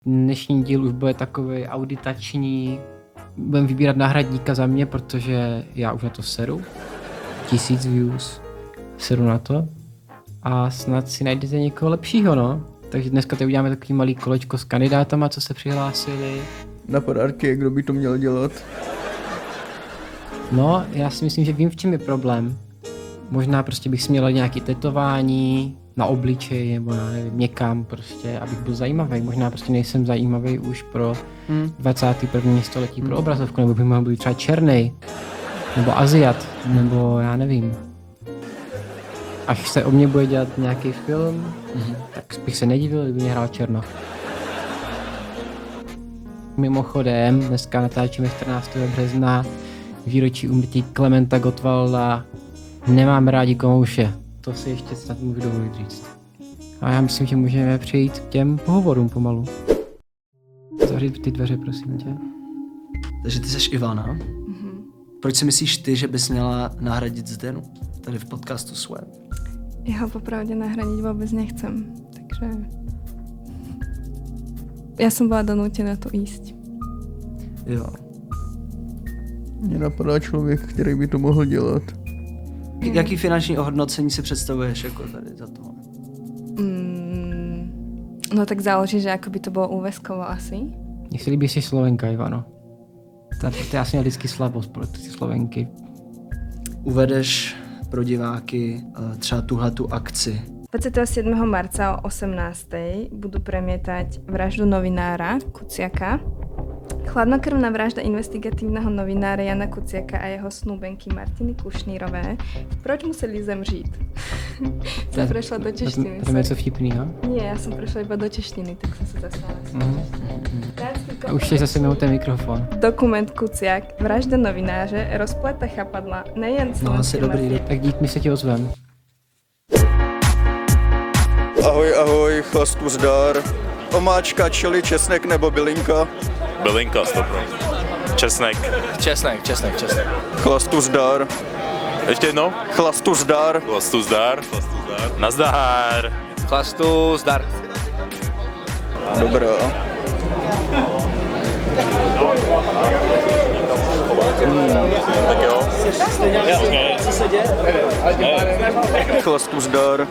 Dnešní díl už bude takový auditační. Budeme vybírat náhradníka za mě, protože já už na to seru. 1000 views. Seru na to. A snad si najdete někoho lepšího, no. Takže dneska tady uděláme takový malý kolečko s kandidátama, co se přihlásili. Napadá tě, kdo by to měl dělat? No, já si myslím, že vím, v čem je problém. Možná prostě bych si měl nějaké tetování na obličeji, nebo já nevím, někam prostě, abych byl zajímavý. Možná prostě nejsem zajímavý už pro 21. století pro obrazovku, nebo bych mohl být třeba černej, nebo Aziat, nebo já nevím. Až se o mě bude dělat nějaký film, tak bych se nedivil, kdyby mě hrál Černoch. Mimochodem, dneska natáčíme 14. března, výročí úmrtí Klementa Gottwalda. Nemám rádi komouše. To si ještě snad můžu dovolit říct. A já myslím, že můžeme přejít k těm pohovorům pomalu. Zavřít ty dveře, prosím tě. Takže ty jsi Ivana. Mm-hmm. Proč si myslíš ty, že bys měla nahradit Zdenu tady v podcastu Swag? Já ho popravdě nahradit vůbec nechcem, takže já jsem byla donutěna to jíst. Jo. Mně napadá člověk, který by to mohl dělat. Jaký finanční ohodnocení si představuješ jako tady za to? No tak záleží, že jako by to bylo úvazkovo asi. Mně se líbí, že jsi Slovenka, Ivano. To já jsem měl vždycky slabost pro ty Slovenky. Uvedeš pro diváky třeba tuhletu akci. 27. marca o 18. budu premietať Vraždu novinára Kuciaka. Chladnokrvná vražda investigatívneho novinára Jana Kuciaka a jeho snúbenky Martiny Kušnírové. Proč museli zemřít? Jsem prešla do češtiny. To je něco vtipného? Nie, já jsem prešla iba do češtiny, tak jsem se zasmála. A už jsi zase mimo ten mikrofon. Dokument Kuciak, vražda novináře, rozpleta chapadla, nejen No asi dobrý. Tak dík, my se ti ozvem. Ahoj, ahoj, chlastu zdar. Omáčka, čili, česnek nebo bylinka? Bylinka, 100%. Česnek. Česnek. Chlastu zdar. Ještě jednou? Chlastu zdar. Chlastu zdar. Nazdar. Chlastu zdar. Dobrá. Tak jo. Co se děje? Chlastu zdar.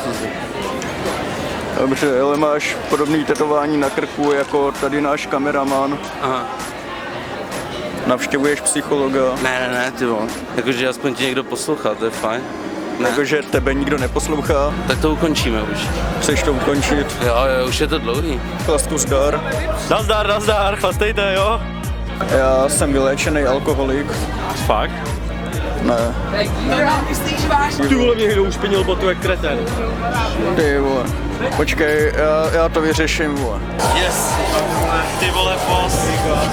Dobře, ale máš podobný tetování na krku jako tady náš kameraman. Aha. Navštěvuješ psychologa. Ne, ty vole. Jakože aspoň ti někdo poslouchá, to je fajn. Ne. Jakože tebe nikdo neposlouchá. Tak to ukončíme už. Chceš to ukončit? Jo, už je to dlouhý. Chlastu zdar. Nazdar, chlastejte, jo? Já jsem vyléčený alkoholik. Fakt? Ne. Ty vole, mě někdo ušpinil botu jak kreten. Ty vole. Počkej, já to vyřeším, vole. Yes. Ty vole, boss.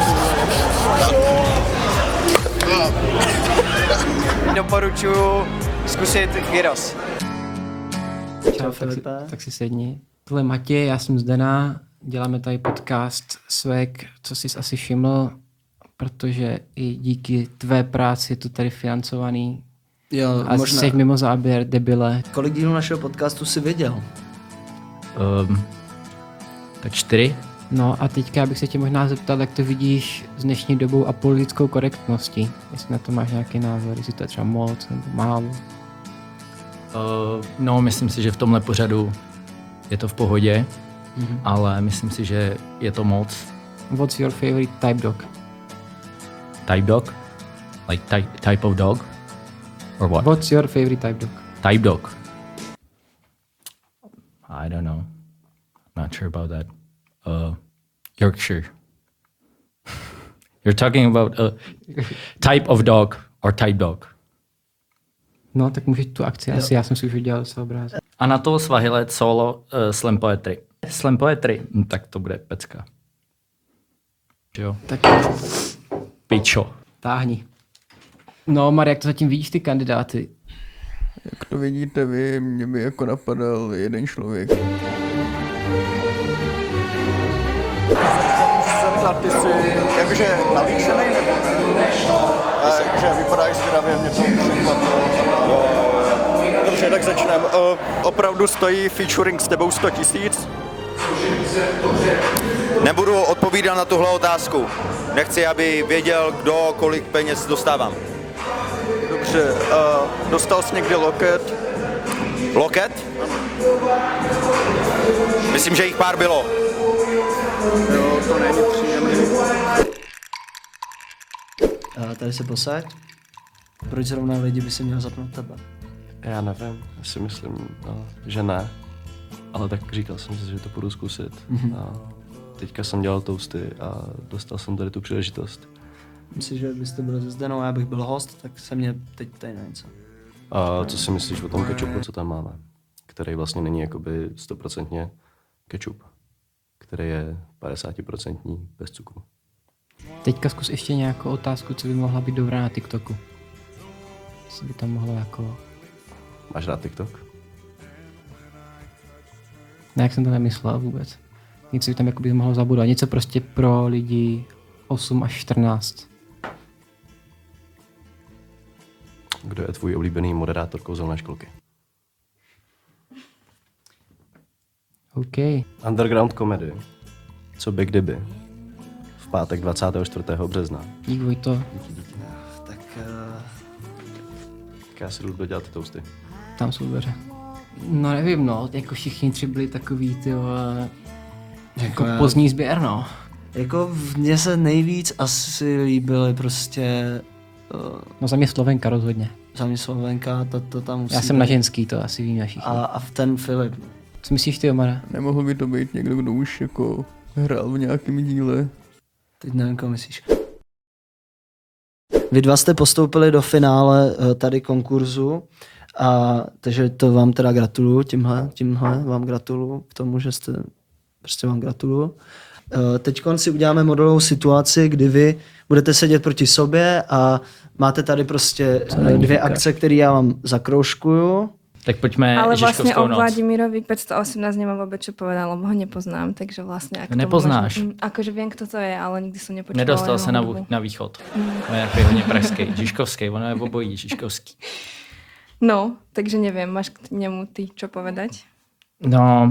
Doporučuji zkusit gyros. Čau, tak si sedni. Tohle je Matěj, já jsem Zdena, děláme tady podcast Swag, co jsi asi všiml, protože i díky tvé práci je to tady financovaný. Jo, A možná. jsi mimo záběr, debile. Kolik dílů našeho podcastu jsi viděl? Tak 4. No a teďka bych se tě možná zeptal, jak to vidíš s dnešní dobou a politickou korektností. Jestli na to máš nějaký názor, jestli to je třeba moc nebo málo. No, myslím si, že v tomhle pořadu je to v pohodě, ale myslím si, že je to moc. What's your favorite type dog? Type dog? Like type of dog? Or what? What's your favorite type dog? Type dog. I don't know. Not sure about that. Yorkshire. You're talking about a type of dog or type dog. No, tak můžeš tu akci, asi já jsem si už udělal se obrázek. Anatol Svahilec solo slam poetry. Slam poetry? Tak to bude pecka. Jo. Tak Pičo. táhni. No, Mar, jak to zatím vidíš ty kandidáty? Jak to vidíte vy, mě by jako napadal jeden člověk. Ty jsi jakože navýšený nebo že vypadáš zdravě, mě to překvapilo. Dobře, tak začneme. Opravdu stojí featuring s tebou 100 000? Nebudu odpovídat na tuhle otázku. Nechci, aby věděl, kdo kolik peněz dostávám. Dobře, dostal jsi někdy loket? Loket? Myslím, že jich pár bylo. Jo, to není příjemný. Tady se posaď. Proč zrovna lidi by si měl zapnout tebe? Já nevím, já si myslím, že ne. Ale tak říkal jsem si, že to půjdu zkusit. A teďka jsem dělal toasty a dostal jsem tady tu příležitost. Myslím, že byste byli se Zdenou a já bych byl host, tak se mě teď tady na něco. A co si myslíš o tom kečupu, co tam máme? Který vlastně není jakoby 100% kečup, který je 50% bez cukru. Teďka zkus ještě nějakou otázku, co by mohla být dobrá na TikToku. Co by tam mohlo jako... Máš rád TikTok? Ne, jak jsem to nemyslel vůbec. Něco by tam jakoby mohlo zabudovat. Něco prostě pro lidi 8 až 14. Kdo je tvůj oblíbený moderátor kouzelné školky? OK. Underground comedy. Co by kdyby? V pátek 24. března. Dík, Vojto. Díky. Tak Já si jdu dodělat ty toasty. Tam jsou dveře. No nevím, no, jako všichni tři byli takový, ty jako pozdní sběr, no. Jako mně se nejvíc asi líbily prostě... No za mě Slovenka rozhodně. Za mě Slovenka, to tam musí Já jsem na ženský, to asi víme všichni. A v ten Filip. Co myslíš ty, Omara? Nemohl by to být někdo, kdo už jako hrál v nějakém díle? Teď nevím, koho myslíš. Vy dva jste postoupili do finále tady konkurzu, takže to vám teda gratuluju, tímhle vám gratuluju k tomu, že jste, prostě vám gratuluju. Teď si uděláme modelovou situaci, kdy vy budete sedět proti sobě a máte tady prostě dvě akce, které já vám zakroužkuju. Tak pojďme Ale Žižkovskou vlastne o noc. Vladimirovi 518 nemám vôbec čo povedať, lebo ho nepoznám, takže vlastne... Nepoznáš? Akože viem, kto to je, ale nikdy som nepočula. Nedostal se na východ. On je jako hodně pražský. Žižkovský, ono je obojí Žižkovský. No, takže neviem, máš k nemu ty čo povedať? No,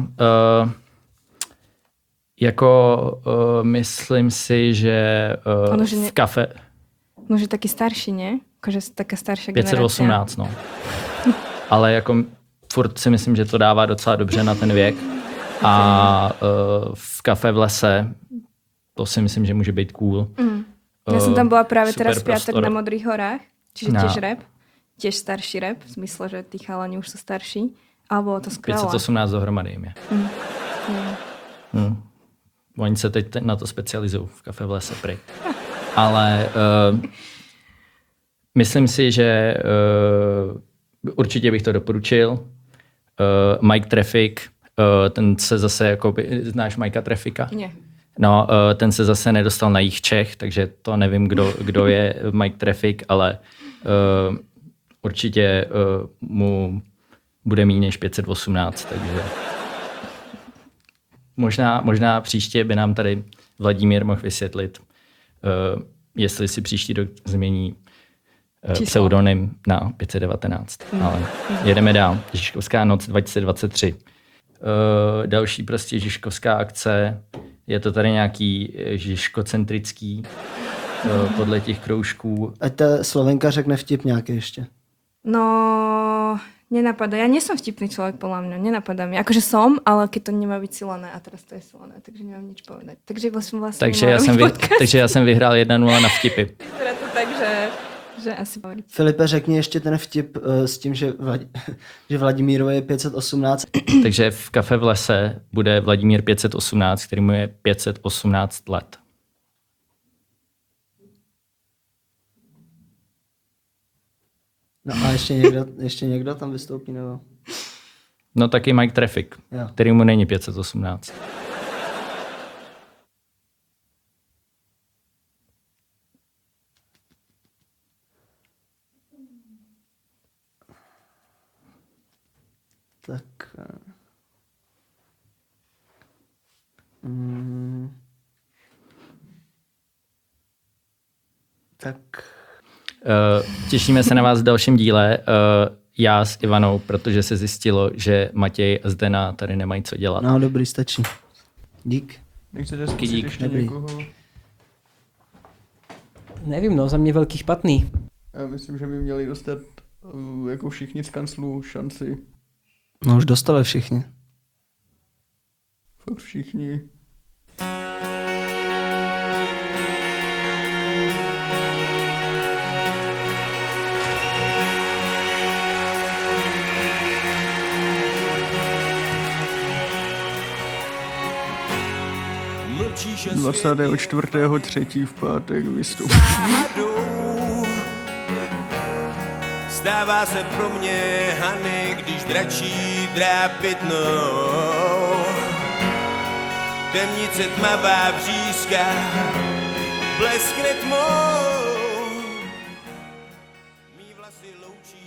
myslím si, že v kafe... No, že taký starší, nie? Akože taká staršia generácia. 518, no. Ale jako furt si myslím, že to dává docela dobře na ten věk. A v kafe v lese, to si myslím, že může být cool. Ja som tam bola práve teraz v piatok prostor. na Modrých horách, čiže tiež rap. Tiež starší rap, v zmysle, že tí chalani už sú starší. Ale bolo to skvelé. 518 dohromady jim je. Oni se teď na to specializují v kafe v lese prej. Ale myslím si, že určitě bych to doporučil. Mike Traffic, ten se zase, jako, znáš Mikea Traffica? Ne. No, ten se zase nedostal na jih Čech, takže to nevím, kdo je Mike Traffic, ale určitě mu bude méně než 518, takže možná příště by nám tady Vladimír mohl vysvětlit, jestli si příští rok změní pseudonym na 519. Ale jedeme dál. Žižkovská noc 2023. Další prostě žižkovská akce. Je to tady nějaký žižkocentrický podle těch kroužků. Ať ta Slovenka řekne vtip nějaký ještě. No, nenapadá. Ja nie som vtipný človek, podľa mňa. Nenapadá mi. Akože som, ale keď to nemá byť silané. A teraz to je silané, takže nemám nič povedať. Takže Takže já jsem vyhrál 1-0 na vtipy. Vyzerá to tak, že asi povedať. Filipe, řekni ještě ten vtip s tím, že Vladimírovi je 518. Takže v kafe v lese bude Vladimír 518, který mu je 518 let. No a ještě někdo tam vystoupí, nebo? No taky Mike Traffic, který mu není 518. Tak... Tak... Těšíme se na vás v dalším díle. Já s Ivanou, protože se zjistilo, že Matěj a Zdena tady nemají co dělat. No dobrý, stačí. Dík. Nechcete zkusit dík. ještě Dobrý. někoho? Nevím, no, za mě velký špatný. Já myslím, že by měli dostat jako všichni z kanclů šanci. No už dostali všichni. Fakt všichni. Mlčíš a 24.3. v pátek vystoupí. Stává se pro mě Hany, když dračí drápitnou. Temnice tmavá břízka, bleskne tmou.